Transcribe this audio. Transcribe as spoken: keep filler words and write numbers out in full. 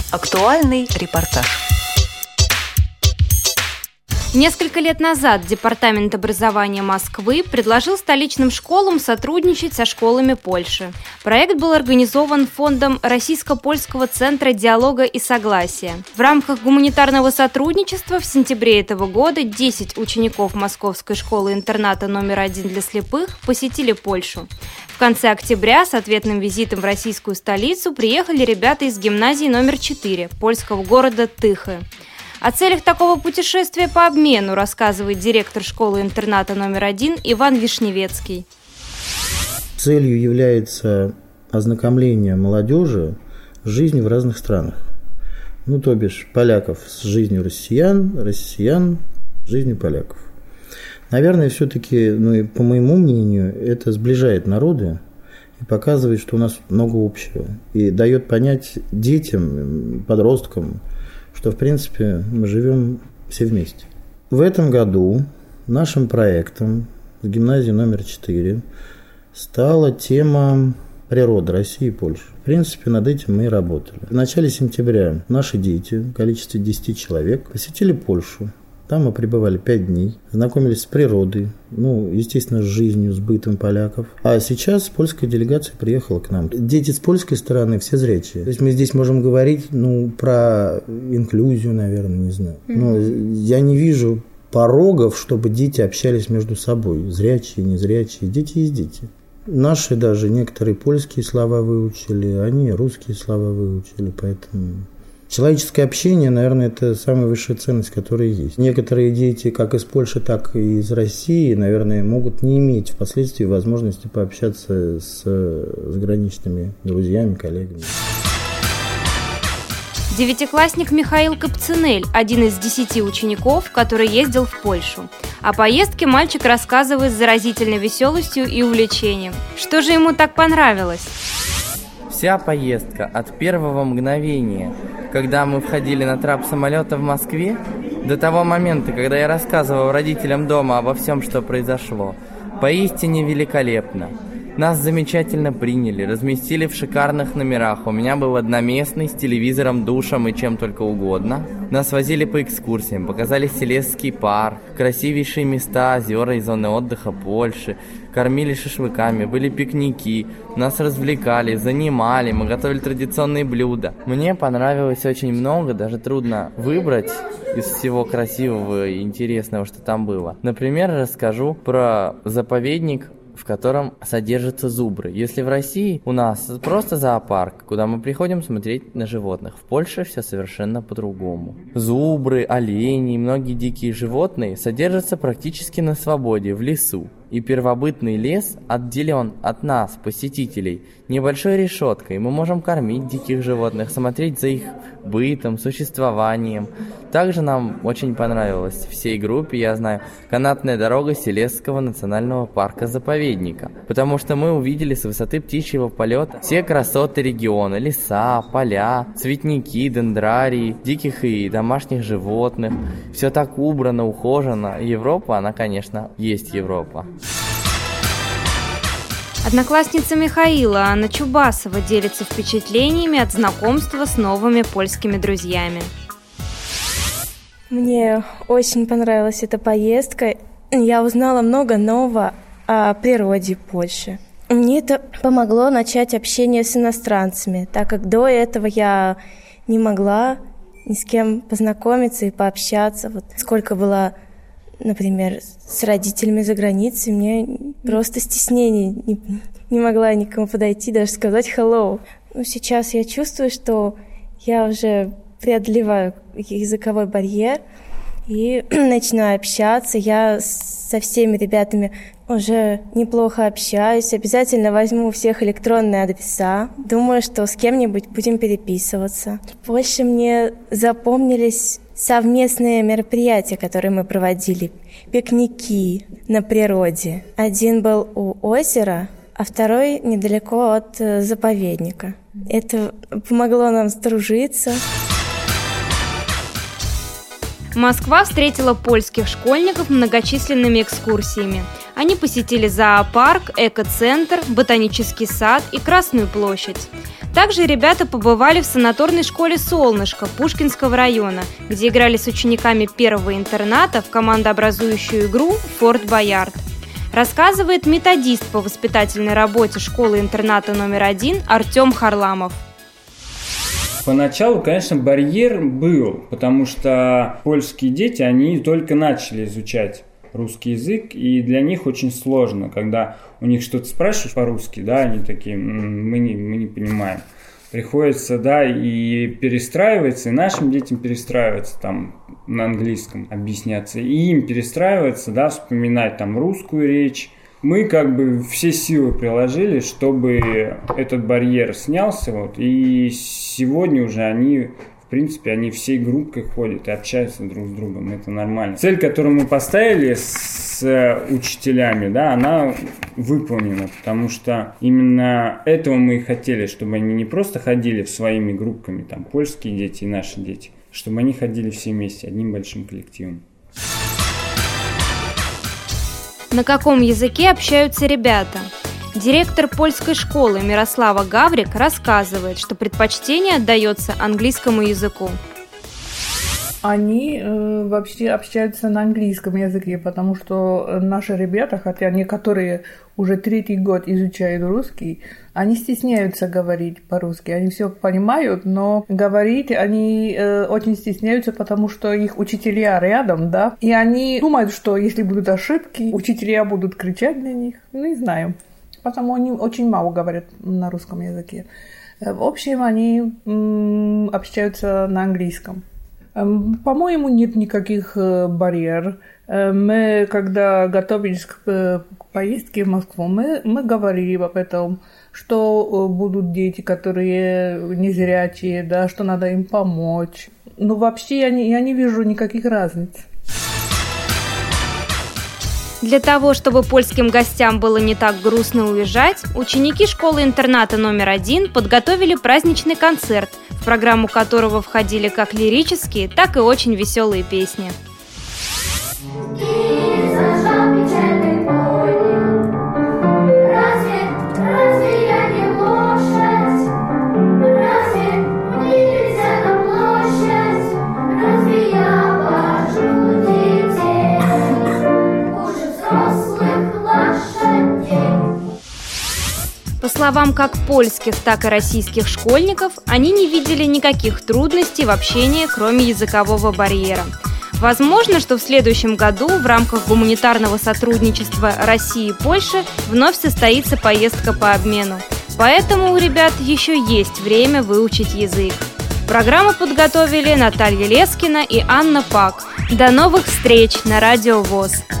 Актуальный репортаж. Несколько лет назад Департамент образования Москвы предложил столичным школам сотрудничать со школами Польши. Проект был организован Фондом Российско-Польского центра диалога и согласия. В рамках гуманитарного сотрудничества в сентябре этого года десять учеников Московской школы-интерната номер один для слепых посетили Польшу. В конце октября с ответным визитом в российскую столицу приехали ребята из гимназии номер четыре польского города Тыхи. О целях такого путешествия по обмену рассказывает директор школы-интерната номер один Иван Вишневецкий. Целью является ознакомление молодежи с жизнью в разных странах. Ну, то бишь, поляков с жизнью россиян, россиян с жизнью поляков. Наверное, все-таки, ну и по моему мнению, это сближает народы и показывает, что у нас много общего. И дает понять детям, подросткам, что, в принципе, мы живем все вместе. В этом году нашим проектом с гимназии номер четыре стала тема природы России и Польши. В принципе, над этим мы и работали. В начале сентября наши дети в количестве десяти человек посетили Польшу. Там мы пребывали пять дней, знакомились с природой, ну, естественно, с жизнью, с бытом поляков. А сейчас польская делегация приехала к нам. Дети с польской стороны все зрячие. То есть мы здесь можем говорить, ну, про инклюзию, наверное, не знаю. Но я не вижу порогов, чтобы дети общались между собой. Зрячие, незрячие. Дети есть дети. Наши даже некоторые польские слова выучили, они русские слова выучили, поэтому... Человеческое общение, наверное, это самая высшая ценность, которая есть. Некоторые дети, как из Польши, так и из России, наверное, могут не иметь впоследствии возможности пообщаться с заграничными друзьями, коллегами. Девятиклассник Михаил Капцинель – один из десяти учеников, который ездил в Польшу. О поездке мальчик рассказывает с заразительной веселостью и увлечением. Что же ему так понравилось? Вся поездка от первого мгновения, когда мы входили на трап самолета в Москве, до того момента, когда я рассказывал родителям дома обо всем, что произошло, поистине великолепно. Нас замечательно приняли, разместили в шикарных номерах. У меня был одноместный с телевизором, душем и чем только угодно. Нас возили по экскурсиям, показали Селезский парк, красивейшие места, озера и зоны отдыха Польши. Кормили шашлыками, были пикники, нас развлекали, занимали, мы готовили традиционные блюда. Мне понравилось очень много, даже трудно выбрать из всего красивого и интересного, что там было. Например, расскажу про заповедник, в котором содержатся зубры. Если в России у нас просто зоопарк, куда мы приходим смотреть на животных, в Польше все совершенно по-другому. Зубры, олени и многие дикие животные содержатся практически на свободе, в лесу. И первобытный лес отделен от нас, посетителей, небольшой решеткой. Мы можем кормить диких животных, смотреть за их бытом, существованием. Также нам очень понравилась всей группе, я знаю, канатная дорога Селезского национального парка-заповедника. Потому что мы увидели с высоты птичьего полета все красоты региона. Леса, поля, цветники, дендрарии, диких и домашних животных. Все так убрано, ухожено. Европа, она, конечно, есть Европа. Одноклассница Михаила, Анна Чубасова, делится впечатлениями от знакомства с новыми польскими друзьями. Мне очень понравилась эта поездка. Я узнала много нового о природе Польши. Мне это помогло начать общение с иностранцами, так как до этого я не могла ни с кем познакомиться и пообщаться. Вот сколько было, например, с родителями за границей, мне просто стеснение, не, не могла никому подойти, даже сказать «hello». Но сейчас я чувствую, что я уже преодолеваю языковой барьер и начинаю общаться. Я со всеми ребятами уже неплохо общаюсь. Обязательно возьму у всех электронные адреса. Думаю, что с кем-нибудь будем переписываться. Больше мне запомнились совместные мероприятия, которые мы проводили. Пикники на природе. Один был у озера, а второй недалеко от заповедника. Это помогло нам сдружиться. Москва встретила польских школьников многочисленными экскурсиями. Они посетили зоопарк, эко-центр, ботанический сад и Красную площадь. Также ребята побывали в санаторной школе «Солнышко» Пушкинского района, где играли с учениками первого интерната в командообразующую игру «Форт Боярд». Рассказывает методист по воспитательной работе школы-интерната номер один Артем Харламов. Поначалу, конечно, барьер был, потому что польские дети, они только начали изучать русский язык, и для них очень сложно, когда у них что-то спрашиваешь по-русски, да, они такие, мы не, мы не понимаем. Приходится, да, и перестраиваться, и нашим детям перестраиваться там на английском, объясняться, и им перестраиваться, да, вспоминать там русскую речь. Мы как бы все силы приложили, чтобы этот барьер снялся, вот, и сегодня уже они, в принципе, они всей группой ходят и общаются друг с другом, это нормально. Цель, которую мы поставили с учителями, да, она выполнена, потому что именно этого мы и хотели, чтобы они не просто ходили своими группками, там, польские дети и наши дети, чтобы они ходили все вместе, одним большим коллективом. На каком языке общаются ребята? Директор польской школы Мирослава Гаврик рассказывает, что предпочтение отдается английскому языку. Они э, вообще общаются на английском языке, потому что наши ребята, хотя некоторые уже третий год изучают русский, они стесняются говорить по-русски. Они все понимают, но говорить они э, очень стесняются, потому что их учителя рядом, да, и они думают, что если будут ошибки, учителя будут кричать на них. Ну, не знаю. Потому они очень мало говорят на русском языке. В общем, они м, общаются на английском. По-моему, нет никаких барьеров. Мы, когда готовились к поездке в Москву, мы, мы говорили об этом, что будут дети, которые незрячие, да, что надо им помочь. Но вообще я не, я не вижу никаких разниц. Для того, чтобы польским гостям было не так грустно уезжать, ученики школы-интерната номер один подготовили праздничный концерт, в программу которого входили как лирические, так и очень веселые песни. По словам как польских, так и российских школьников, они не видели никаких трудностей в общении, кроме языкового барьера. Возможно, что в следующем году в рамках гуманитарного сотрудничества России и Польши вновь состоится поездка по обмену. Поэтому у ребят еще есть время выучить язык. Программу подготовили Наталья Лескина и Анна Пак. До новых встреч на Радио ВОС!